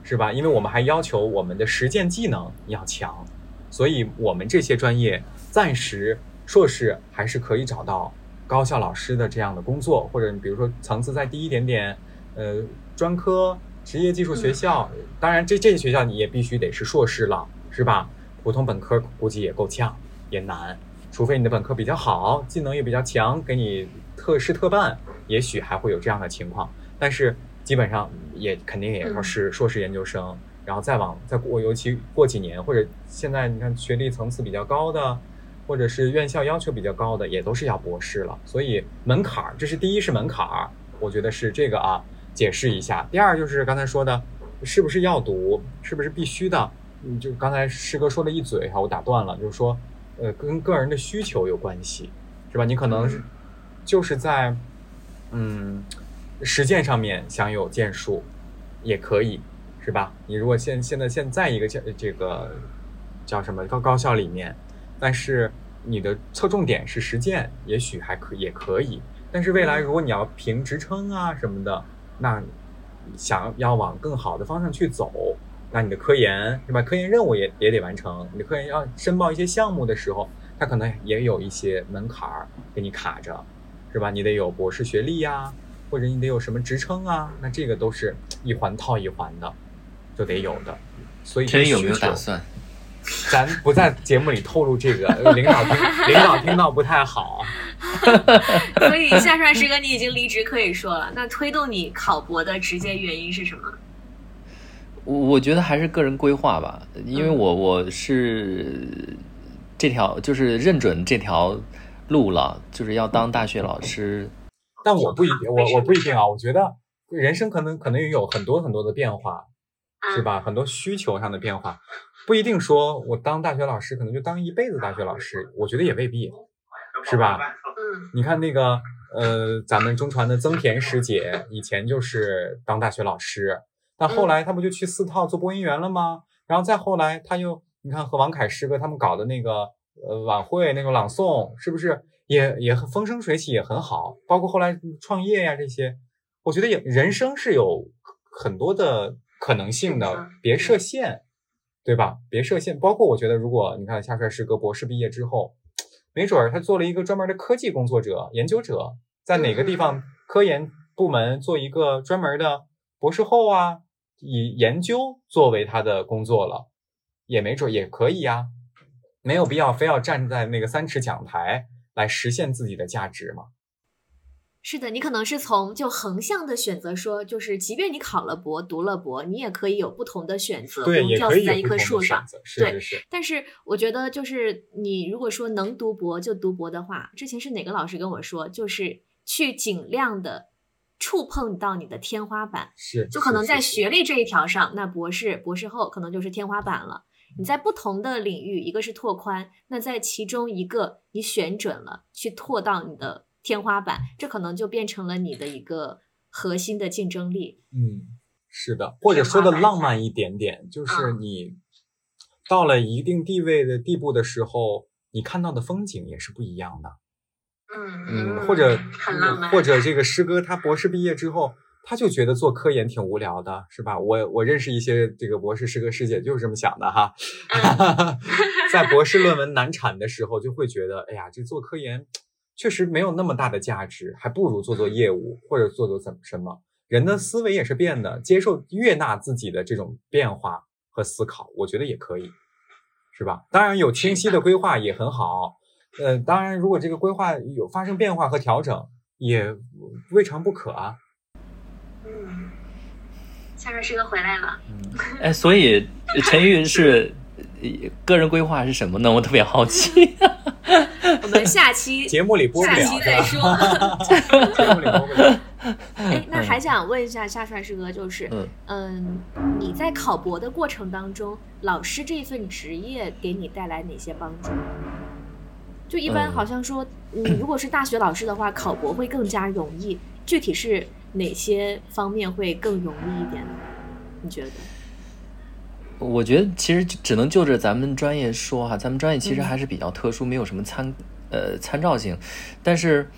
是吧？因为我们还要求我们的实践技能要强，所以我们这些专业暂时硕士还是可以找到高校老师的这样的工作，或者比如说层次再低一点点，呃，专科职业技术学校，当然这这些学校你也必须得是硕士了，是吧？普通本科估计也够呛，也难，除非你的本科比较好，技能也比较强，给你特事特办，也许还会有这样的情况，但是基本上也肯定也要是硕士研究生，嗯、然后再往再过，尤其过几年，或者现在你看学历层次比较高的，或者是院校要求比较高的，也都是要博士了。所以门槛儿，这是第一是门槛儿，我觉得是这个啊，解释一下。第二就是刚才说的，是不是要读，是不是必须的？嗯，就刚才师哥说了一嘴哈，我打断了，就是说，呃，跟个人的需求有关系，是吧？你可能是就是在嗯。实践上面想有建树也可以，是吧？你如果现现在现在一个这个叫什么高高校里面，但是你的侧重点是实践，也许还可也可以。但是未来如果你要评职称啊什么的，那想要往更好的方向去走，那你的科研是吧？科研任务也也得完成。你的科研要申报一些项目的时候，它可能也有一些门槛给你卡着，是吧？你得有博士学历呀、啊。或者你得有什么职称啊，那这个都是一环套一环的，就得有的。所以真有没有打算？ 咱不在节目里透露这个，领导听领导听到不太好。 所以夏帅师哥，你已经离职可以说了，那推动你考博的直接原因是什么？ 我我觉得还是个人规划吧，因为我我是这条就是认准这条路了，就是要当大学老师。 但我不一定，我我不一定啊。我觉得人生可能可能也有很多很多的变化，是吧？很多需求上的变化，不一定说我当大学老师可能就当一辈子大学老师，我觉得也未必，是吧？ 嗯， 你看那个呃，咱们中传的曾田师姐，以前就是当大学老师，但后来她不就去四套做播音员了吗？然后再后来，她又你看和王凯师哥他们搞的那个呃晚会那个朗诵，是不是？也也很风生水起，也很好，包括后来创业呀这些，我觉得也人生是有很多的可能性的，别设限，对吧？别设限。包括我觉得，如果你看夏帅师哥博士毕业之后，没准他做了一个专门的科技工作者、研究者，在哪个地方科研部门做一个专门的博士后啊，以研究作为他的工作了，也没准也可以呀，没有必要非要站在那个三尺讲台来实现自己的价值嘛。 是的，你可能是从就横向的选择说，就是即便你考了博读了博，你也可以有不同的选择， 对， 不用吊死在一棵树上。 是是是。 但是我觉得就是你如果说能读博就读博的话，之前是哪个老师跟我说，就是去尽量的触碰到你的天花板， 是就可能在学历这一条上，那博士博士后可能就是天花板了。你在不同的领域，一个是拓宽，那在其中一个你选准了去拓到你的天花板，这可能就变成了你的一个核心的竞争力。 嗯，是的，或者说的浪漫一点点，就是你到了一定地位的地步的时候，你看到的风景也是不一样的。 嗯嗯，或者很浪漫， 或者这个师哥他博士毕业之后，他就觉得做科研挺无聊的，是吧？我我认识一些这个博士师哥师姐就是这么想的哈，嗯、在博士论文难产的时候，就会觉得，哎呀，这做科研确实没有那么大的价值，还不如做做业务或者做做怎么什么。人的思维也是变的，接受悦纳自己的这种变化和思考，我觉得也可以，是吧？当然有清晰的规划也很好，呃，当然如果这个规划有发生变化和调整，也未尝不可啊。 嗯，夏瑞师哥回来了。 嗯，哎，所以陈玉是个人规划是什么呢？我特别好奇。 我们下期节目里播不了， 下期再说。 节目里播不了。 哎，那还想问一下夏帅师哥，就是嗯、呃，你在考博的过程当中，老师这份职业给你带来哪些帮助？就一般好像说，嗯，如果是大学老师的话，考博会更加容易。具体是哪些方面会更容易一点呢？你觉得？ 我觉得其实只能就着咱们专业说哈，咱们专业其实还是比较特殊，嗯、没有什么参呃参照性。但是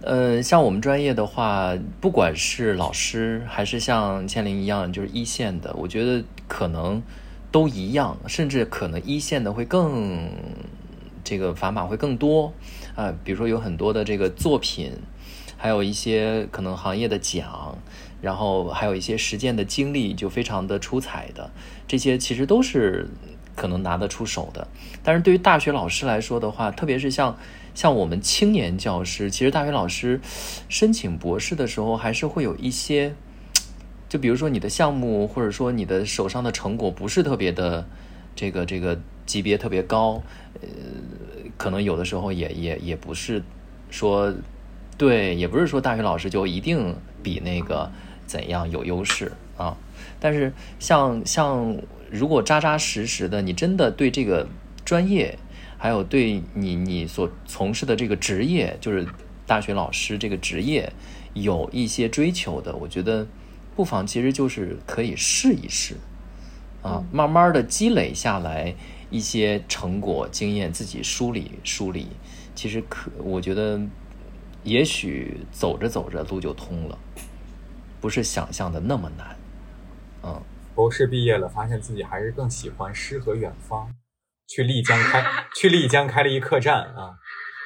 呃，像我们专业的话，不管是老师还是像千灵一样就是一线的，我觉得可能都一样，甚至可能一线的会更这个砝码会更多啊、呃。比如说有很多的这个作品，还有一些可能行业的奖，然后还有一些实践的经历就非常的出彩的，这些其实都是可能拿得出手的。但是对于大学老师来说的话，特别是像像我们青年教师，其实大学老师申请博士的时候还是会有一些，就比如说你的项目或者说你的手上的成果不是特别的这个这个级别特别高，呃，可能有的时候也也也不是说对，也不是说大学老师就一定比那个怎样有优势啊。但是像像如果扎扎实实的，你真的对这个专业，还有对你你所从事的这个职业，就是大学老师这个职业有一些追求的，我觉得不妨其实就是可以试一试啊，慢慢的积累下来一些成果经验，自己梳理梳理，其实可我觉得也许走着走着路就通了，不是想象的那么难。嗯， 博士毕业了，发现自己还是更喜欢诗和远方，去丽江开去丽江开了一客栈啊。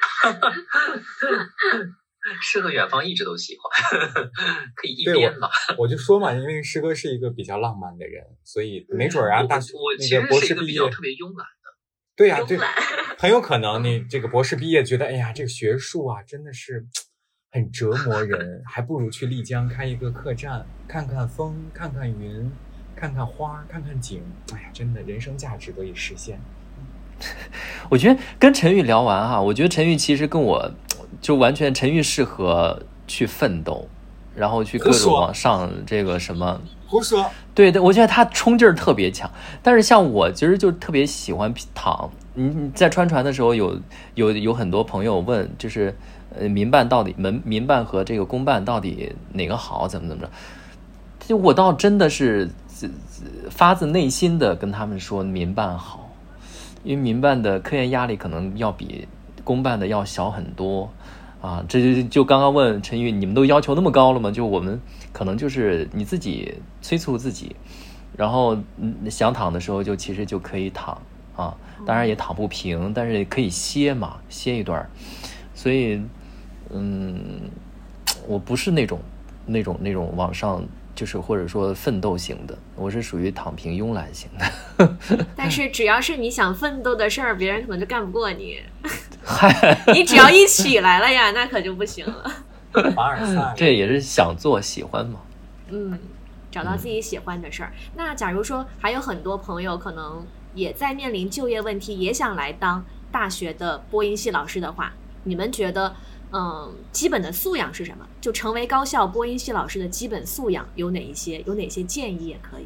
诗和远方一直都喜欢，可以一边吧。 我, 我就说嘛，因为师哥是一个比较浪漫的人，所以没准啊，大学那个博士毕业特别慵懒的。 对呀、啊，对，很有可能你这个博士毕业觉得，哎呀，这个学术啊真的是很折磨人，还不如去丽江开一个客栈，看看风，看看云，看看花，看看景。哎呀，真的人生价值得以实现。 我觉得跟陈玉聊完哈，我觉得陈玉其实跟我就完全，陈玉适合去奋斗，然后去各种往上这个什么。 胡说。 对对，我觉得他冲劲儿特别强。但是像我其实就特别喜欢躺。你你在川传的时候有有有很多朋友问，就是呃民办到底民民办和这个公办到底哪个好，怎么怎么着？就我倒真的是发自内心的跟他们说民办好。因为民办的科研压力可能要比公办的要小很多啊，这就就刚刚问陈玉，你们都要求那么高了吗？就我们可能就是你自己催促自己，然后想躺的时候就其实就可以躺啊，当然也躺不平，但是可以歇嘛，歇一段。所以，嗯，我不是那种那种那种往上。就是或者说奋斗型的，我是属于躺平慵懒型的。 但是只要是你想奋斗的事儿，别人可能就干不过你。你只要一起来了呀，那可就不行了。 凡尔赛， 这也是想做喜欢嘛。 嗯，找到自己喜欢的事儿。嗯、那假如说还有很多朋友可能也在面临就业问题，也想来当大学的播音系老师的话，你们觉得？嗯，基本的素养是什么？就成为高校播音系老师的基本素养有哪一些？有哪些建议也可以。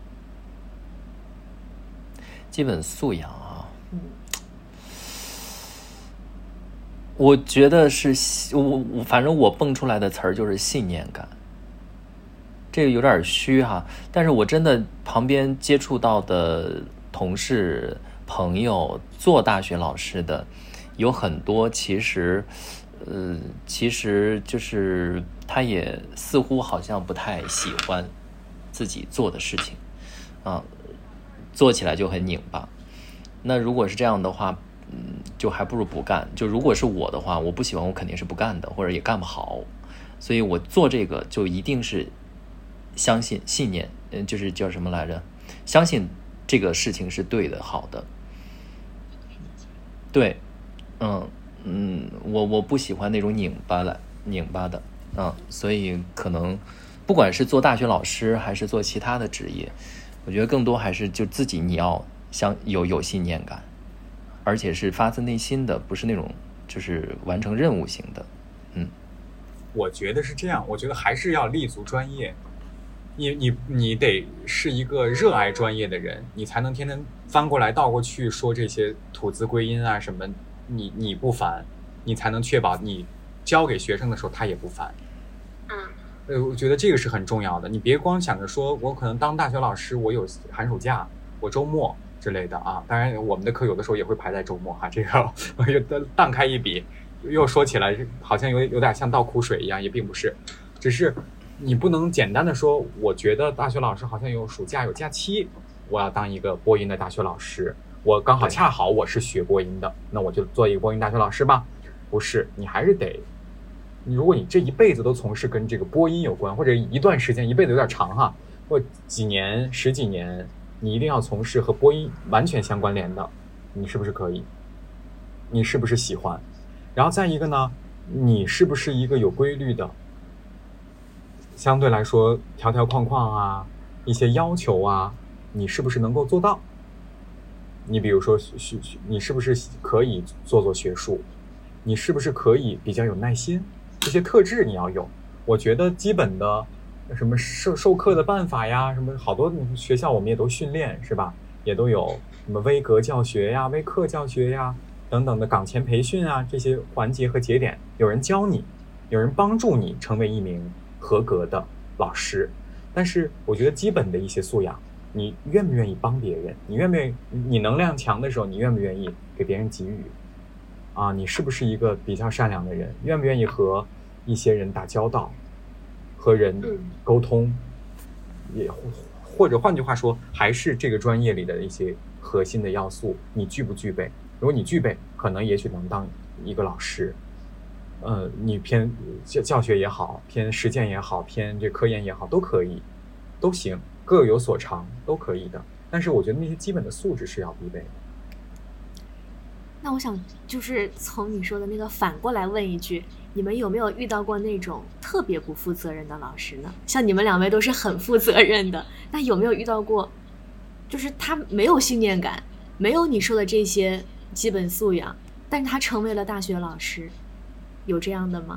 基本素养啊， 嗯， 我觉得是我我反正我蹦出来的词儿就是信念感。这个有点虚哈，但是我真的旁边接触到的同事朋友做大学老师的有很多，其实。呃，其实就是他也似乎好像不太喜欢自己做的事情啊，做起来就很拧巴。那如果是这样的话，嗯，就还不如不干。就如果是我的话，我不喜欢，我肯定是不干的，或者也干不好。所以我做这个就一定是相信信念，嗯，就是叫什么来着？相信这个事情是对的、好的。对，嗯。嗯，我我不喜欢那种拧巴的拧巴的啊，所以可能不管是做大学老师还是做其他的职业，我觉得更多还是就自己你要相有有信念感，而且是发自内心的，不是那种就是完成任务型的。嗯， 我觉得是这样，我觉得还是要立足专业，你你你得是一个热爱专业的人，你才能天天翻过来倒过去说这些吐字归音啊什么。你你不烦，你才能确保你教给学生的时候他也不烦。 嗯， 呃，我觉得这个是很重要的。你别光想着说我可能当大学老师，我有寒暑假，我周末之类的啊。当然，我们的课有的时候也会排在周末哈，这个我就荡开一笔， 又说起来好像有有点像倒苦水一样，也并不是，只是你不能简单的说，我觉得大学老师好像有暑假有假期，我要当一个播音的大学老师，我刚好恰好我是学播音的，那我就做一个播音大学老师吧。不是，你还是得，如果你这一辈子都从事跟这个播音有关，或者一段时间，一辈子有点长哈，或几年十几年，你一定要从事和播音完全相关联的，你是不是可以？你是不是喜欢？然后再一个呢，你是不是一个有规律的，相对来说条条框框啊，一些要求啊，你是不是能够做到？你比如说你是不是可以做做学术，你是不是可以比较有耐心，这些特质你要有。我觉得基本的什么授授课的办法呀，什么好多学校我们也都训练，是吧？也都有什么微格教学呀、微课教学呀等等的岗前培训啊，这些环节和节点，有人教你，有人帮助你成为一名合格的老师。但是我觉得基本的一些素养，你愿不愿意帮别人？你愿不愿意？你能量强的时候，你愿不愿意给别人给予？啊，你是不是一个比较善良的人？愿不愿意和一些人打交道，和人沟通？也或者换句话说，还是这个专业里的一些核心的要素，你具不具备？如果你具备，可能也许能当一个老师。呃，你偏教教学也好，偏实践也好，偏这科研也好，都可以，都行，各有所长，都可以的。但是我觉得那些基本的素质是要必备的。 那我想就是从你说的那个反过来问一句，你们有没有遇到过那种特别不负责任的老师呢？像你们两位都是很负责任的，那有没有遇到过就是他没有信念感，没有你说的这些基本素养，但是他成为了大学老师，有这样的吗？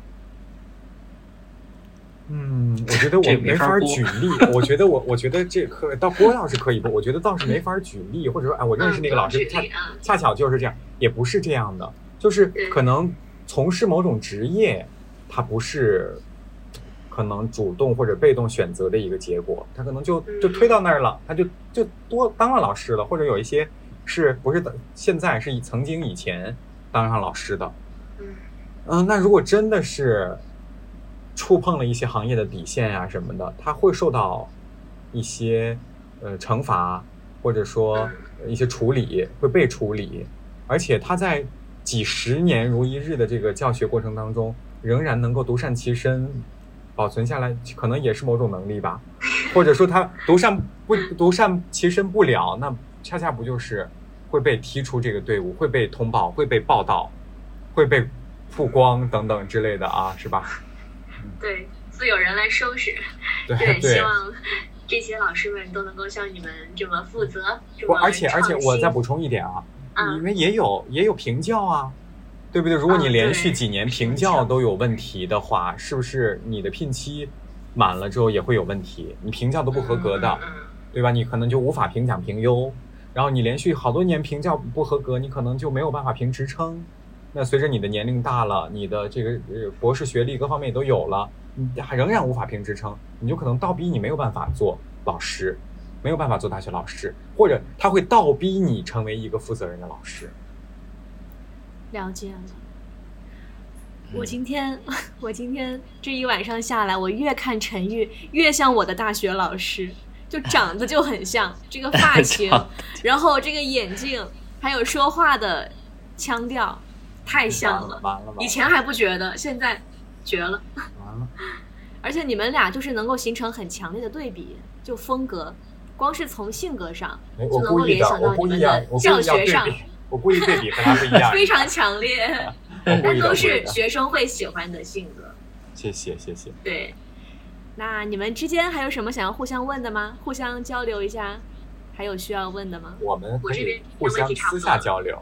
嗯，我觉得我没法举例。我觉得我，我觉得这可到播倒是可以播，我觉得倒是没法举例，或者说，哎，我认识那个老师，恰恰巧就是这样，也不是这样的，就是可能从事某种职业，它不是可能主动或者被动选择的一个结果，他可能就就推到那儿了，他就就多当了老师了，或者有一些是不是现在是曾经以前当上老师的，嗯，那如果真的是触碰了一些行业的底线啊什么的，他会受到一些呃惩罚，或者说一些处理，会被处理。而且他在几十年如一日的这个教学过程当中，仍然能够独善其身，保存下来，可能也是某种能力吧。或者说他独善不独善其身不了，那恰恰不就是会被踢出这个队伍，会被通报，会被报道，会被曝光等等之类的啊，是吧？ 对，自有人来收拾。 对， 对，希望这些老师们都能够像你们这么负责，这么而且而且我再补充一点啊， 嗯、 因为也有也有评教啊，对不对？如果你连续几年评教都有问题的话，嗯、是不是你的聘期满了之后也会有问题？你评教都不合格的， 嗯嗯、 对吧？你可能就无法评奖评优，然后你连续好多年评教不合格，你可能就没有办法评职称。那随着你的年龄大了，你的这个呃博士学历各方面也都有了，你还仍然无法评职称，你就可能倒逼你没有办法做老师，没有办法做大学老师，或者他会倒逼你成为一个负责任的老师。 了解了。我今天我今天这一晚上下来，我越看陈玉越像我的大学老师，就长得就很像，这个发型，然后这个眼镜，还有说话的腔调。太像了， 完了，完了， 以前还不觉得，现在绝了， 完了。 而且你们俩就是能够形成很强烈的对比，就风格，光是从性格上就能够联想到你们的教学上。 我故意对比和他不一样， 非常强烈，但都是学生会喜欢的性格。 谢谢谢谢。 对，那你们之间还有什么想要互相问的吗？互相交流一下。还有需要问的吗？ 我们可以互相私下交流。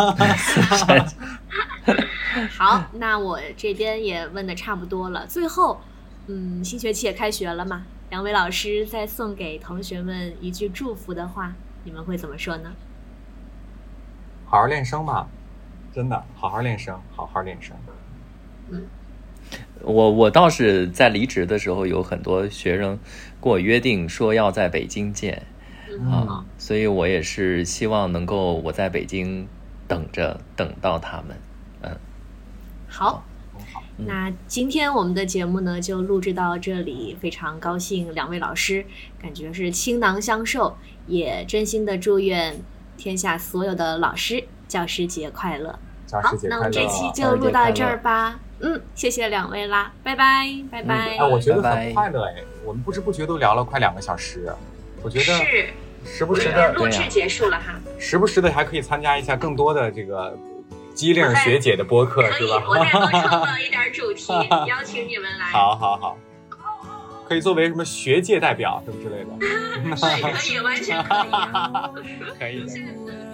好，那我这边也问的差不多了。最后，嗯，新学期也开学了嘛，两位老师再送给同学们一句祝福的话，你们会怎么说呢？ 好好练声吧，真的，好好练声，好好练声。 嗯， 我我倒是在离职的时候，有很多学生跟我约定说要在北京见。啊，所以我也是希望能够我在北京等着等到他们，嗯。 好。那今天我们的节目呢就录制到这里，非常高兴两位老师感觉是倾囊相授，也真心的祝愿天下所有的老师教师节快乐。 教师节快乐。好， 那我们这期就录到这儿吧。嗯，谢谢两位啦，拜拜拜拜。 嗯啊，我觉得很快乐哎，我们不知不觉都聊了快两个小时，我觉得是时不时的录制结束了哈， 时不时的还可以参加一下更多的这个机灵学姐的播客，是吧？ 我再多创造一点主题，邀请你们来。 好好好，可以作为什么学界代表什么之类的。 可以，完全可以。 可以的。